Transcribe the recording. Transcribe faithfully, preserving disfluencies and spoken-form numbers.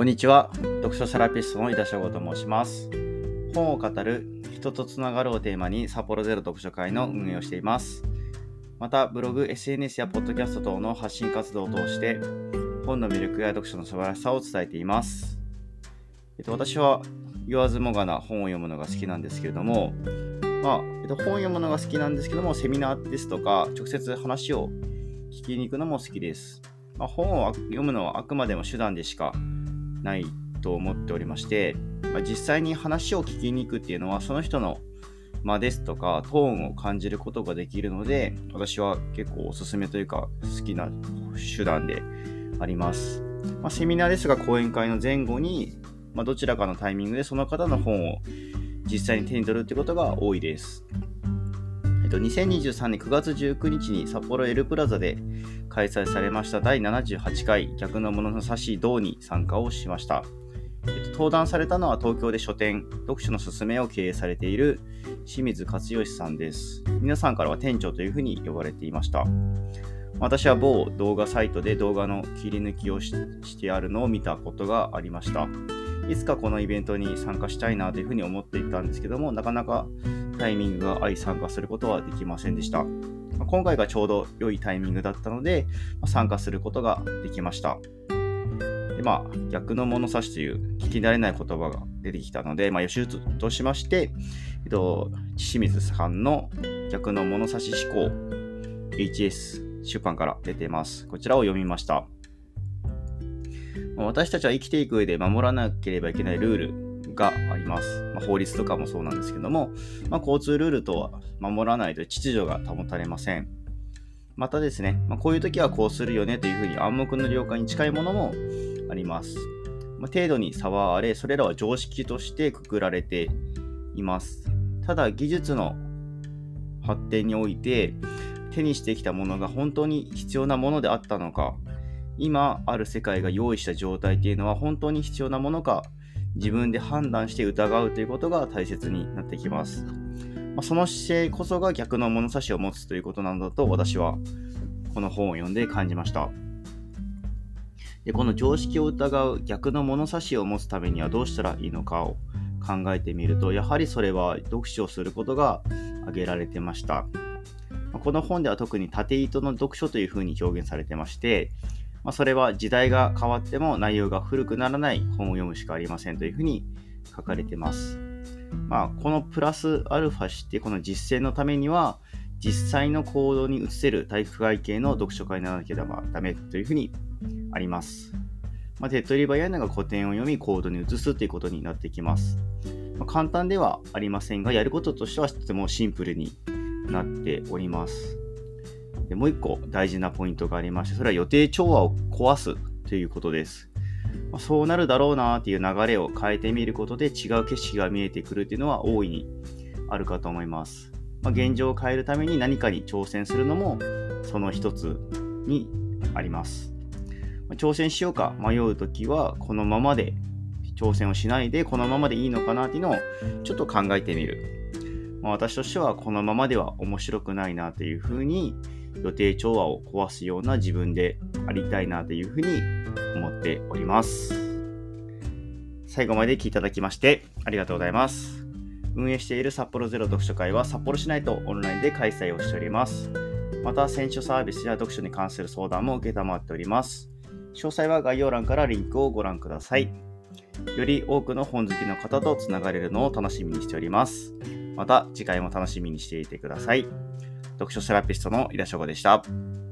こんにちは。読書セラピストの井田翔吾と申します。本を語る人とつながるをテーマに札幌ゼロ読書会の運営をしています。またブログ、エスエヌエス やポッドキャスト等の発信活動を通して本の魅力や読書の素晴らしさを伝えています。えっと、私は言わずもがな本を読むのが好きなんですけれども、まあえっと、本を読むのが好きなんですけども、セミナーですとか直接話を聞きに行くのも好きです。まあ、本を読むのはあくまでも手段でしかないと思っておりまして、まあ、実際に話を聞きに行くっていうのはその人の間ですとかトーンを感じることができるので、私は結構おすすめというか好きな手段であります。まあ、セミナーですが講演会の前後に、まあ、どちらかのタイミングでその方の本を実際に手に取るってことが多いです。にせんにじゅうさんねんくがつじゅうくにちに札幌エルプラザで開催されましただいななじゅうはちかい逆の物差し道に参加をしました。えっと、登壇されたのは東京で書店、読書のすすめを経営されている清水勝義さんです。皆さんからは店長というふうに呼ばれていました。私は某動画サイトで動画の切り抜きを し, してあるのを見たことがありました。いつかこのイベントに参加したいなというふうに思っていたんですけども、なかなかタイミングが合い参加することはできませんでした。今回がちょうど良いタイミングだったので参加することができました。で、まあ、逆の物差しという聞き慣れない言葉が出てきたので、まあ、予習としまして、えっと、清水さんの逆の物差し思考 エイチエス 出版から出ています。こちらを読みました。私たちは生きていく上で守らなければいけないルールがあります。まあ、法律とかもそうなんですけども、まあ、交通ルールとは守らないと秩序が保たれません。またですね、まあ、こういう時はこうするよねというふうに暗黙の了解に近いものもあります。まあ、程度に差はあれ、それらは常識としてくくられています。ただ技術の発展において手にしてきたものが本当に必要なものであったのか、今ある世界が用意した状態というのは本当に必要なものか、自分で判断して疑うということが大切になってきます。まあ、その姿勢こそが逆の物差しを持つということなんだと私はこの本を読んで感じました。で、この常識を疑う逆の物差しを持つためにはどうしたらいいのかを考えてみると、やはりそれは読書をすることが挙げられてました。この本では特に縦糸の読書というふうに表現されてまして、まあ、それは時代が変わっても内容が古くならない本を読むしかありませんというふうに書かれています。まあ、このプラスアルファしてこの実践のためには実際の行動に移せる体育会系の読書会にならなければダメというふうにあります。まあ、手っ取り早いのが古典を読み行動に移すということになってきます。まあ、簡単ではありませんが、やることとしてはとてもシンプルになっております。で、もう一個大事なポイントがありまして、それは予定調和を壊すということです。まあ、そうなるだろうなという流れを変えてみることで違う景色が見えてくるというのは大いにあるかと思います。まあ、現状を変えるために何かに挑戦するのもその一つにあります。まあ、挑戦しようか迷うときはこのままで挑戦をしないでこのままでいいのかなというのをちょっと考えてみる。まあ、私としてはこのままでは面白くないなというふうに予定調和を壊すような自分でありたいなというふうに思っております。最後まで聞いていただきましてありがとうございます。運営している札幌ゼロ読書会は札幌市内とオンラインで開催をしております。また選書サービスや読書に関する相談も受けたまっております。詳細は概要欄からリンクをご覧ください。より多くの本好きの方とつながれるのを楽しみにしております。また次回も楽しみにしていてください。読書セラピストの井田翔吾でした。